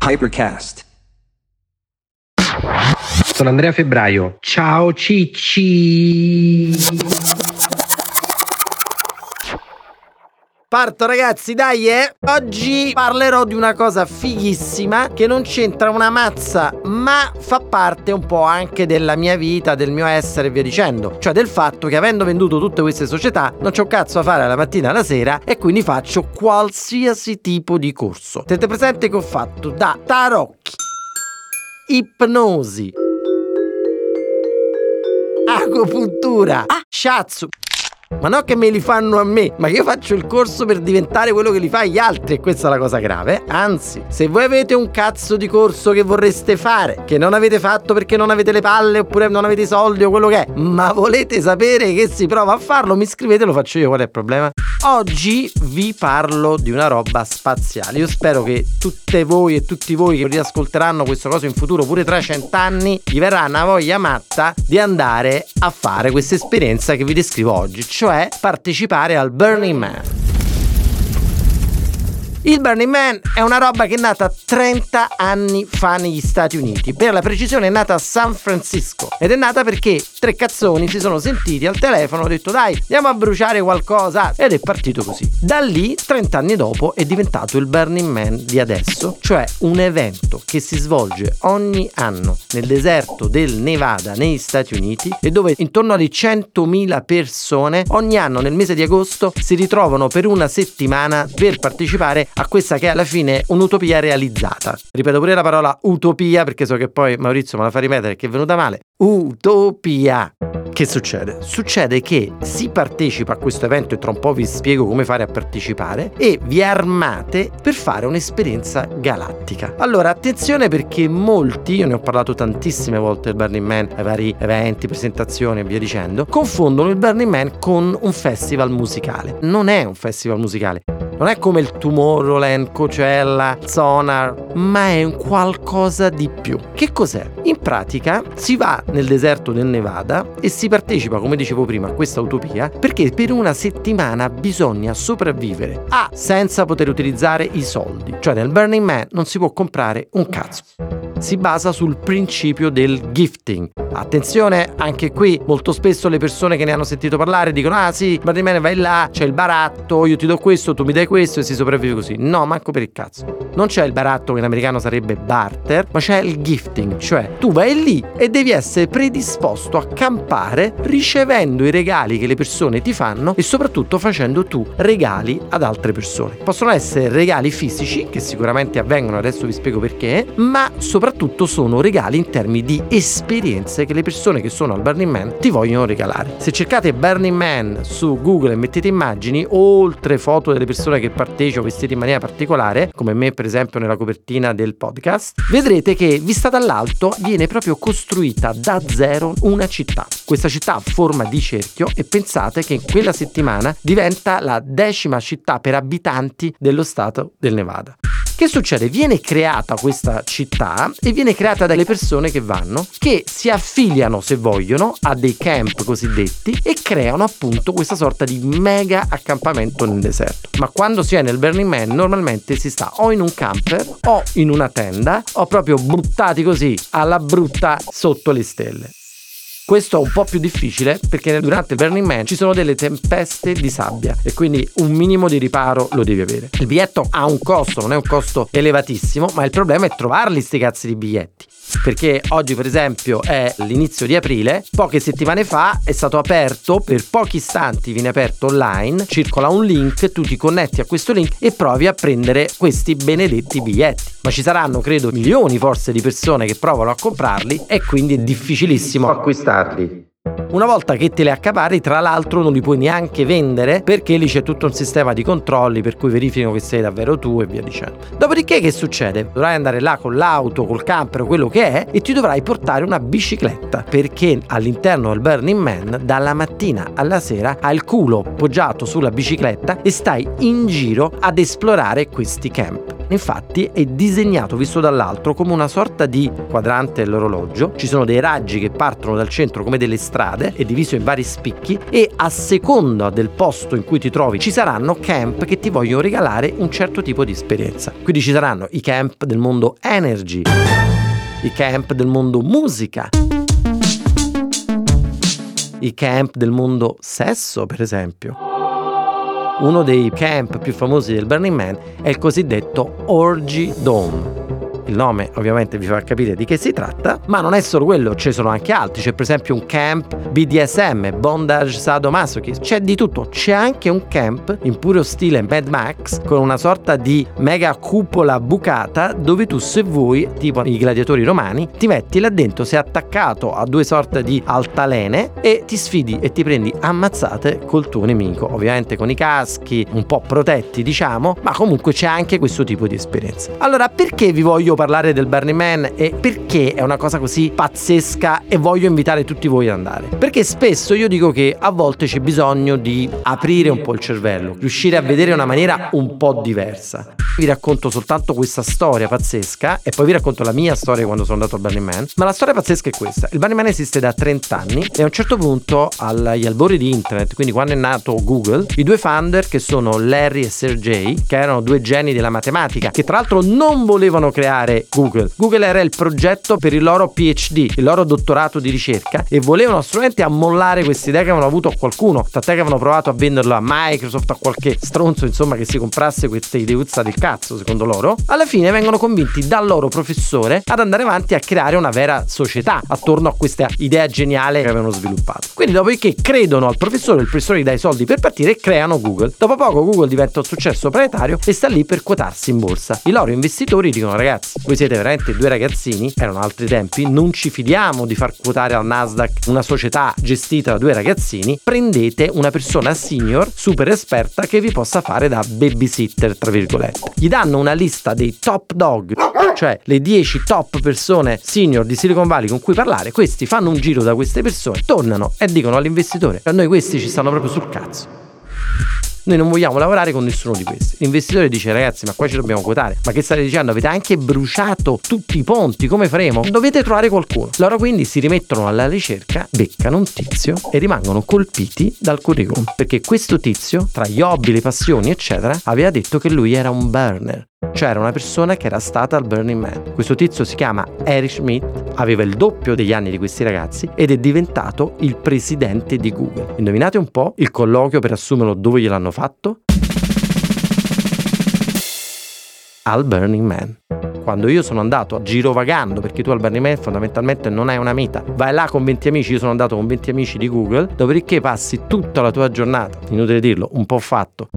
Hypercast. Sono Andrea Febbraio. Ciao Cicci. Parto ragazzi, dai Oggi parlerò di una cosa fighissima che non c'entra una mazza, ma fa parte un po' anche della mia vita, del mio essere e via dicendo. Cioè del fatto che avendo venduto tutte queste società non c'ho cazzo da fare alla mattina e alla sera e quindi faccio qualsiasi tipo di corso. Tenete presente che ho fatto da tarocchi, ipnosi, agopuntura, shiatsu. Ma non che me li fanno a me, ma che io faccio il corso per diventare quello che li fa agli altri, e questa è la cosa grave. Anzi, se voi avete un cazzo di corso che vorreste fare, che non avete fatto perché non avete le palle oppure non avete i soldi o quello che è, ma volete sapere che si prova a farlo, mi scrivete, lo faccio io, qual è il problema? Oggi vi parlo di una roba spaziale. Io spero che tutte voi e tutti voi che riascolteranno questo coso in futuro, pure tra 100 anni, gli verrà una voglia matta di andare a fare questa esperienza che vi descrivo oggi, cioè partecipare al Burning Man. Il Burning Man è una roba che è nata 30 anni fa negli Stati Uniti. Per la precisione è nata a San Francisco. Ed è nata perché 3 cazzoni si sono sentiti al telefono, hanno detto dai, andiamo a bruciare qualcosa. Ed è partito così. Da lì, 30 anni dopo, è diventato il Burning Man di adesso. Cioè un evento che si svolge ogni anno nel deserto del Nevada negli Stati Uniti, e dove intorno alle 100.000 persone ogni anno nel mese di agosto si ritrovano per una settimana per partecipare a questa che è alla fine un'utopia realizzata. Ripeto pure la parola utopia perché so che poi Maurizio me la fa ripetere che è venuta male. Utopia. Che succede? Succede che si partecipa a questo evento, e tra un po' vi spiego come fare a partecipare, e vi armate per fare un'esperienza galattica. Allora attenzione, perché molti, io ne ho parlato tantissime volte del Burning Man, ai vari eventi, presentazioni e via dicendo, confondono il Burning Man con un festival musicale. Non è un festival musicale. Non è come il Tomorrowland, Coachella, Sonar, ma è un qualcosa di più. Che cos'è? In pratica si va nel deserto del Nevada e si partecipa, come dicevo prima, a questa utopia perché per una settimana bisogna sopravvivere senza poter utilizzare i soldi. Cioè nel Burning Man non si può comprare un cazzo. Si basa sul principio del gifting. Attenzione, anche qui molto spesso le persone che ne hanno sentito parlare dicono sì, Burning Man, vai là, c'è il baratto, io ti do questo, tu mi dai questo e si sopravvive così. No, manco per il cazzo. Non c'è il baratto, che in americano sarebbe barter, ma c'è il gifting. Cioè tu vai lì e devi essere predisposto a campare ricevendo i regali che le persone ti fanno e soprattutto facendo tu regali ad altre persone. Possono essere regali fisici, che sicuramente avvengono, adesso vi spiego perché, ma soprattutto sono regali in termini di esperienze che le persone che sono al Burning Man ti vogliono regalare. Se cercate Burning Man su Google e mettete immagini, oltre foto delle persone che partecipano vestite in maniera particolare, come me per esempio nella copertina del podcast, vedrete che vista dall'alto viene proprio costruita da zero una città. Questa città ha forma di cerchio e pensate che in quella settimana diventa la 10ª città per abitanti dello stato del Nevada. Che succede? Viene creata questa città e viene creata dalle persone che vanno, che si affiliano se vogliono a dei camp cosiddetti e creano appunto questa sorta di mega accampamento nel deserto. Ma quando si è nel Burning Man normalmente si sta o in un camper o in una tenda o proprio buttati così alla brutta sotto le stelle. Questo è un po' più difficile perché durante il Burning Man ci sono delle tempeste di sabbia e quindi un minimo di riparo lo devi avere. Il biglietto ha un costo, non è un costo elevatissimo, ma il problema è trovarli sti cazzi di biglietti. Perché oggi per esempio è l'inizio di aprile, poche settimane fa è stato aperto, per pochi istanti viene aperto online, circola un link, tu ti connetti a questo link e provi a prendere questi benedetti biglietti. Ma ci saranno credo milioni forse di persone che provano a comprarli e quindi è difficilissimo acquistarli. Una volta che te li accapari, tra l'altro non li puoi neanche vendere perché lì c'è tutto un sistema di controlli per cui verificano che sei davvero tu e via dicendo. Dopodiché che succede? Dovrai andare là con l'auto, col camper o quello che è e ti dovrai portare una bicicletta perché all'interno del Burning Man dalla mattina alla sera hai il culo poggiato sulla bicicletta e stai in giro ad esplorare questi camp. Infatti è disegnato, visto dall'alto, come una sorta di quadrante dell'orologio. Ci sono dei raggi che partono dal centro come delle strade, è diviso in vari spicchi, e a seconda del posto in cui ti trovi ci saranno camp che ti vogliono regalare un certo tipo di esperienza. Quindi ci saranno i camp del mondo energy, i camp del mondo musica, i camp del mondo sesso, per esempio. Uno dei camp più famosi del Burning Man è il cosiddetto Orgy Dome. Il nome ovviamente vi fa capire di che si tratta, ma non è solo quello, ci sono anche altri. C'è per esempio un camp BDSM, Bondage Sadomasochism, c'è di tutto. C'è anche un camp in puro stile Mad Max con una sorta di mega cupola bucata dove tu, se vuoi, tipo i gladiatori romani, ti metti là dentro, sei attaccato a due sorte di altalene e ti sfidi e ti prendi ammazzate col tuo nemico, ovviamente con i caschi un po' protetti, diciamo, ma comunque c'è anche questo tipo di esperienza. Allora, perché vi voglio parlare del Burning Man e perché è una cosa così pazzesca e voglio invitare tutti voi ad andare? Perché spesso io dico che a volte c'è bisogno di aprire un po' il cervello, riuscire a vedere una maniera un po' diversa. Vi racconto soltanto questa storia pazzesca e poi vi racconto la mia storia quando sono andato al Burning Man. Ma la storia pazzesca è questa: il Burning Man esiste da 30 anni e a un certo punto, agli albori di internet, quindi quando è nato Google, i due founder, che sono Larry e Sergey, che erano due geni della matematica, che tra l'altro non volevano creare Google. Google era il progetto per il loro PhD, il loro dottorato di ricerca, e volevano assolutamente ammollare questa idea che avevano avuto a qualcuno, tant'è che avevano provato a venderlo a Microsoft, a qualche stronzo insomma che si comprasse questa ideuzza del cazzo, secondo loro. Alla fine vengono convinti dal loro professore ad andare avanti a creare una vera società attorno a questa idea geniale che avevano sviluppato. Quindi dopodiché credono al professore, il professore gli dà i soldi per partire e creano Google. Dopo poco Google diventa un successo planetario e sta lì per quotarsi in borsa. I loro investitori dicono: ragazzi, voi siete veramente due ragazzini, erano altri tempi, non ci fidiamo di far quotare al Nasdaq una società gestita da due ragazzini, prendete una persona senior super esperta che vi possa fare da babysitter, tra virgolette. Gli danno una lista dei top dog, cioè le 10 top persone senior di Silicon Valley con cui parlare. Questi fanno un giro da queste persone, tornano e dicono all'investitore: a noi questi ci stanno proprio sul cazzo, noi non vogliamo lavorare con nessuno di questi. L'investitore dice: ragazzi, ma qua ci dobbiamo quotare, ma che state dicendo? Avete anche bruciato tutti i ponti, come faremo? Dovete trovare qualcuno. Loro quindi si rimettono alla ricerca, beccano un tizio e rimangono colpiti dal curriculum, perché questo tizio, tra gli hobby, le passioni eccetera, aveva detto che lui era un burner, cioè era una persona che era stata al Burning Man. Questo tizio si chiama Eric Schmidt, aveva il doppio degli anni di questi ragazzi ed è diventato il presidente di Google. Indovinate un po' il colloquio per assumerlo dove gliel'hanno fatto? Al Burning Man. Quando io sono andato girovagando, perché tu al Burning Man fondamentalmente non hai una meta, vai là con 20 amici, io sono andato con 20 amici di Google, dopodiché passi tutta la tua giornata, inutile dirlo, un po' fatto,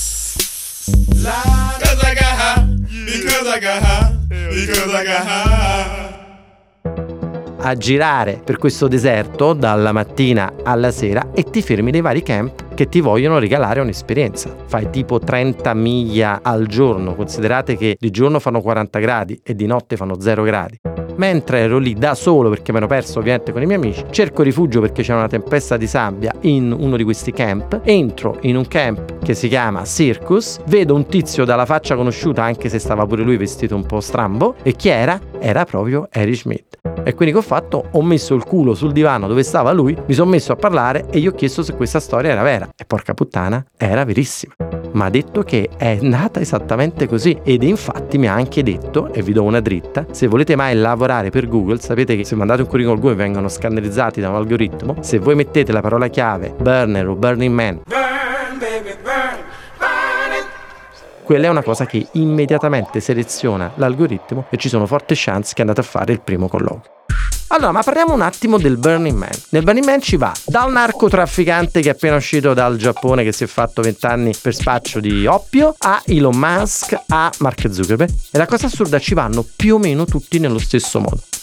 a girare per questo deserto dalla mattina alla sera e ti fermi nei vari camp che ti vogliono regalare un'esperienza. Fai tipo 30 miglia al giorno, considerate che di giorno fanno 40 gradi e di notte fanno 0 gradi. Mentre ero lì da solo, perché mi ero perso ovviamente con i miei amici, cerco rifugio perché c'era una tempesta di sabbia in uno di questi camp, entro in un camp che si chiama Circus, vedo un tizio dalla faccia conosciuta anche se stava pure lui vestito un po' strambo, e chi era? Era proprio Eric Schmidt. E quindi che ho fatto? Ho messo il culo sul divano dove stava lui, mi sono messo a parlare e gli ho chiesto se questa storia era vera, e porca puttana, era verissima. Ma ha detto che è nata esattamente così, ed infatti mi ha anche detto, e vi do una dritta: se volete mai lavorare per Google, sapete che se mandate un curriculum Google vengono scannerizzati da un algoritmo. Se voi mettete la parola chiave burner o Burning Man, burn, baby, burn, burn it, quella è una cosa che immediatamente seleziona l'algoritmo e ci sono forti chance che andate a fare il primo colloquio. Allora, ma parliamo un attimo del Burning Man. Nel Burning Man ci va dal narcotrafficante che è appena uscito dal Giappone, che si è fatto 20 anni per spaccio di oppio, a Elon Musk, a Mark Zuckerberg. E la cosa assurda, ci vanno più o meno tutti nello stesso modo.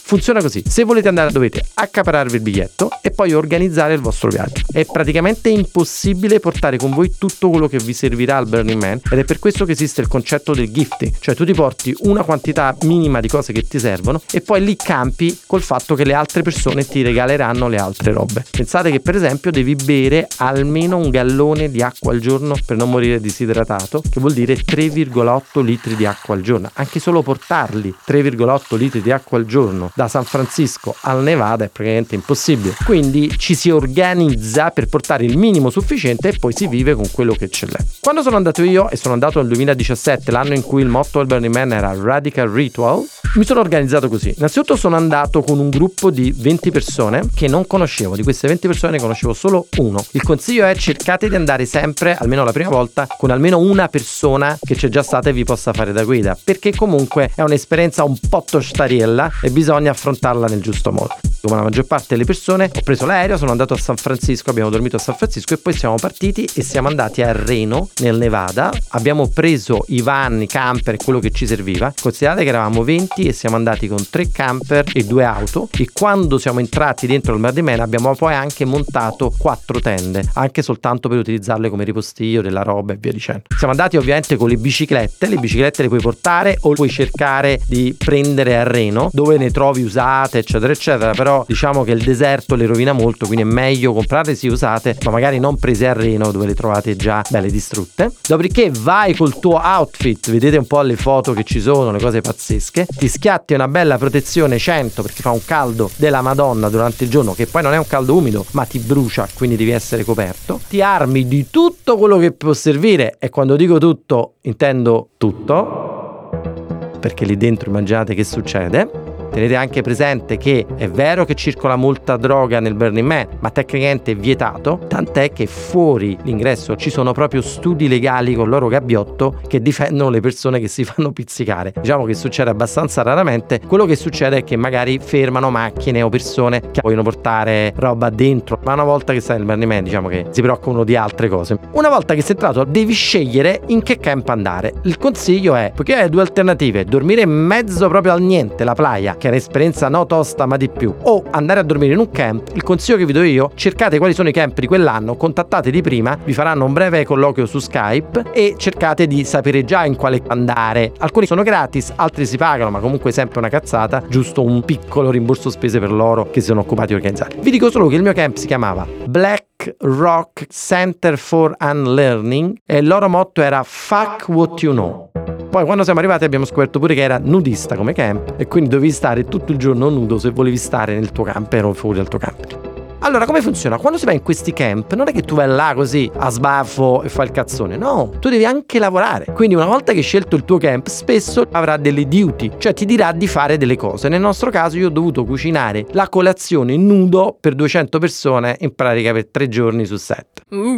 Funziona così: se volete andare dovete accaparrarvi il biglietto e poi organizzare il vostro viaggio. È praticamente impossibile portare con voi tutto quello che vi servirà al Burning Man, ed è per questo che esiste il concetto del gifting, cioè tu ti porti una quantità minima di cose che ti servono e poi li campi col fatto che le altre persone ti regaleranno le altre robe. Pensate che per esempio devi bere almeno un gallone di acqua al giorno per non morire disidratato, che vuol dire 3,8 litri di acqua al giorno. Anche solo portarli 3,8 litri di acqua al giorno da San Francisco al Nevada è praticamente impossibile. Quindi ci si organizza per portare il minimo sufficiente e poi si vive con quello che ce l'è. Quando sono andato io, e sono andato nel 2017, l'anno in cui il motto del Burning Man era Radical Ritual, mi sono organizzato così. Innanzitutto sono andato con un gruppo di 20 persone che non conoscevo. Di queste 20 persone ne conoscevo solo uno. Il consiglio è: cercate di andare sempre, almeno la prima volta, con almeno una persona che c'è già stata e vi possa fare da guida, perché comunque è un'esperienza un po' tostariella e bisogna affrontarla nel giusto modo. Come la maggior parte delle persone, ho preso l'aereo, sono andato a San Francisco, abbiamo dormito a San Francisco e poi siamo partiti e siamo andati a Reno, nel Nevada. Abbiamo preso i van, i camper, quello che ci serviva. Considerate che eravamo 20 e siamo andati con 3 camper e 2 auto, e quando siamo entrati dentro il Burning Man abbiamo poi anche montato 4 tende, anche soltanto per utilizzarle come ripostiglio della roba e via dicendo. Siamo andati ovviamente con le biciclette le puoi portare o puoi cercare di prendere a Reno, dove ne trovi usate eccetera eccetera, però diciamo che il deserto le rovina molto, quindi è meglio comprarle sì usate, ma magari non prese a Reno dove le trovate già belle distrutte. Dopodiché vai col tuo outfit, vedete un po' le foto che ci sono, le cose pazzesche, ti schiatti una bella protezione 100 perché fa un caldo della Madonna durante il giorno, che poi non è un caldo umido ma ti brucia, quindi devi essere coperto. Ti armi di tutto quello che può servire, e quando dico tutto intendo tutto, perché lì dentro immaginate che succede. Tenete anche presente che è vero che circola molta droga nel Burning Man, ma tecnicamente è vietato, tant'è che fuori l'ingresso ci sono proprio studi legali con il loro gabbiotto che difendono le persone che si fanno pizzicare. Diciamo che succede abbastanza raramente. Quello che succede è che magari fermano macchine o persone che vogliono portare roba dentro, ma una volta che stai nel Burning Man diciamo che si preoccupano di altre cose. Una volta che sei entrato devi scegliere in che camp andare. Il consiglio è, poiché hai 2 alternative: dormire in mezzo proprio al niente, la playa, che è un'esperienza no tosta ma di più, o andare a dormire in un camp. Il consiglio che vi do io: cercate quali sono i camp di quell'anno, contattateli prima, vi faranno un breve colloquio su Skype e cercate di sapere già in quale andare. Alcuni sono gratis, altri si pagano, ma comunque è sempre una cazzata, giusto un piccolo rimborso spese per loro che si sono occupati di organizzare. Vi dico solo che il mio camp si chiamava Black Rock Center for Unlearning e il loro motto era Fuck what you know. Poi quando siamo arrivati abbiamo scoperto pure che era nudista come camp, e quindi dovevi stare tutto il giorno nudo se volevi stare nel tuo camper o fuori dal tuo camper. Allora, come funziona? Quando si va in questi camp non è che tu vai là così a sbaffo e fai il cazzone, no, tu devi anche lavorare. Quindi una volta che hai scelto il tuo camp spesso avrà delle duty, cioè ti dirà di fare delle cose. Nel nostro caso io ho dovuto cucinare la colazione nudo per 200 persone in pratica per 3 giorni su 7.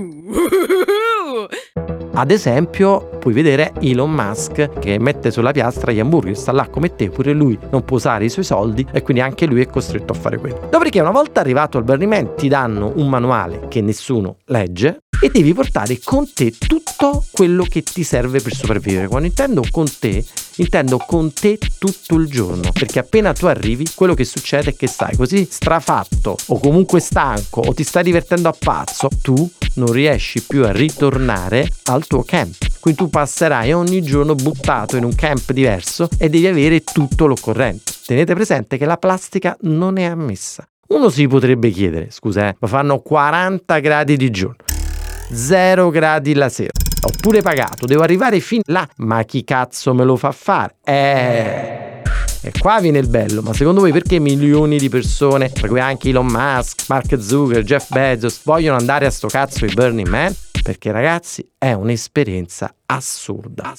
Ad esempio puoi vedere Elon Musk che mette sulla piastra gli hamburger, sta là come te, pure lui non può usare i suoi soldi e quindi anche lui è costretto a fare quello. Dopodiché una volta arrivato al Burning Man ti danno un manuale che nessuno legge e devi portare con te tutto quello che ti serve per sopravvivere. Quando intendo con te tutto il giorno, perché appena tu arrivi quello che succede è che stai così strafatto o comunque stanco o ti stai divertendo a pazzo, tu non riesci più a ritornare al tuo camp. Quindi tu passerai ogni giorno buttato in un camp diverso e devi avere tutto l'occorrente. Tenete presente che la plastica non è ammessa. Uno si potrebbe chiedere, scusa, ma fanno 40 gradi di giorno, 0 gradi la sera, ho pure pagato, devo arrivare fin là, ma chi cazzo me lo fa fare? E qua viene il bello, ma secondo voi perché milioni di persone, tra cui anche Elon Musk, Mark Zuckerberg, Jeff Bezos, vogliono andare a sto cazzo di Burning Man? Perché ragazzi è un'esperienza assurda.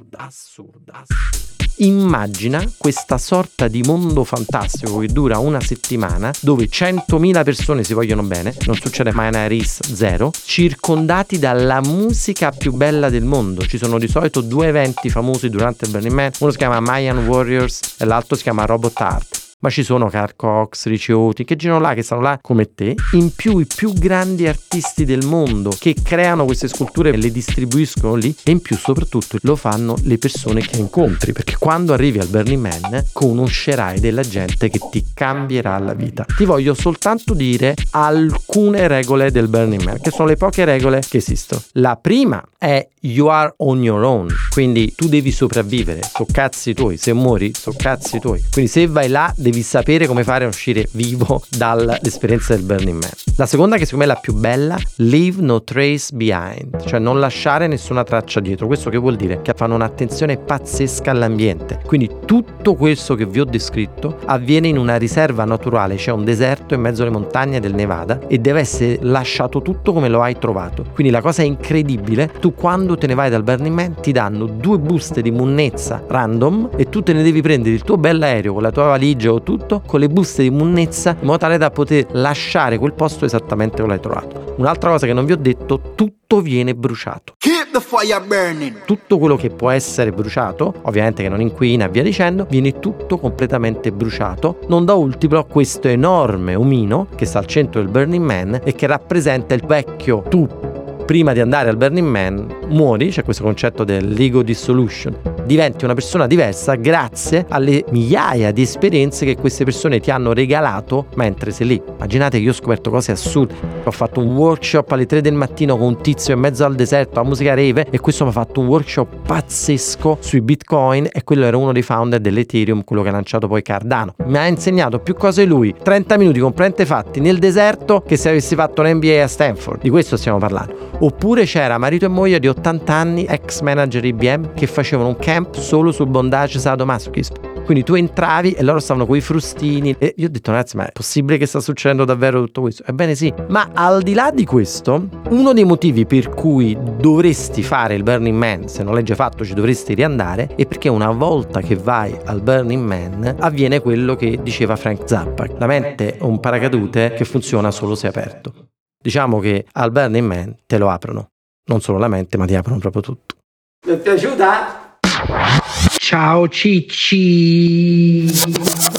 Immagina questa sorta di mondo fantastico che dura una settimana, dove 100.000 persone si vogliono bene, non succede mai una RIS zero, circondati dalla musica più bella del mondo. Ci sono di solito 2 eventi famosi durante il Burning Man, uno si chiama Mayan Warriors e l'altro si chiama Robot Art. ma ci sono Carl Cox, Richie Hawtin, che girano là, che stanno là come te. In più i più grandi artisti del mondo che creano queste sculture e le distribuiscono lì, e in più soprattutto lo fanno le persone che incontri, perché quando arrivi al Burning Man conoscerai della gente che ti cambierà la vita. Ti voglio soltanto dire alcune regole del Burning Man, che sono le poche regole che esistono. La prima è you are on your own, quindi tu devi sopravvivere, so cazzi tuoi, se muori so cazzi tuoi, quindi se vai là devi sapere come fare a uscire vivo dall'esperienza del Burning Man. La seconda, che secondo me è la più bella, leave no trace behind, cioè non lasciare nessuna traccia dietro. Questo che vuol dire? Che fanno un'attenzione pazzesca all'ambiente, quindi tutto questo che vi ho descritto avviene in una riserva naturale, c'è un deserto in mezzo alle montagne del Nevada e deve essere lasciato tutto come lo hai trovato. Quindi la cosa è incredibile, tu quando te ne vai dal Burning Man ti danno 2 buste di munnezza random e tu te ne devi prendere il tuo bell'aereo con la tua valigia o tutto, con le buste di munnezza, in modo tale da poter lasciare quel posto esattamente come l'hai trovato. Un'altra cosa che non vi ho detto, tutto viene bruciato. Keep the fire burning. Tutto quello che può essere bruciato, ovviamente che non inquina e via dicendo, viene tutto completamente bruciato. Non da ultimo questo enorme omino che sta al centro del Burning Man e che rappresenta il vecchio tu. Prima di andare al Burning Man muori, c'è questo concetto dell'ego dissolution, diventi una persona diversa grazie alle migliaia di esperienze che queste persone ti hanno regalato mentre sei lì. Immaginate che io ho scoperto cose assurde, ho fatto un workshop alle 3 del mattino con un tizio in mezzo al deserto a musica rave, e questo mi ha fatto un workshop pazzesco sui bitcoin, e quello era uno dei founder dell'Ethereum, quello che ha lanciato poi Cardano. Mi ha insegnato più cose lui, 30 minuti completamente fatti nel deserto, che se avessi fatto un MBA a Stanford. Di questo stiamo parlando. Oppure c'era marito e moglie di 80 anni, ex manager IBM, che facevano un camp solo sul bondage sadomasochismo. Quindi tu entravi e loro stavano con i frustini, e io ho detto ragazzi, ma è possibile che sta succedendo davvero tutto questo? Ebbene sì, ma al di là di questo, uno dei motivi per cui dovresti fare il Burning Man, se non l'hai già fatto ci dovresti riandare, è perché una volta che vai al Burning Man avviene quello che diceva Frank Zappa: la mente è un paracadute che funziona solo se aperto. Diciamo che al Burning Man te lo aprono, non solo la mente, ma ti aprono proprio tutto. Mi è piaciuta? Ciao Cicci.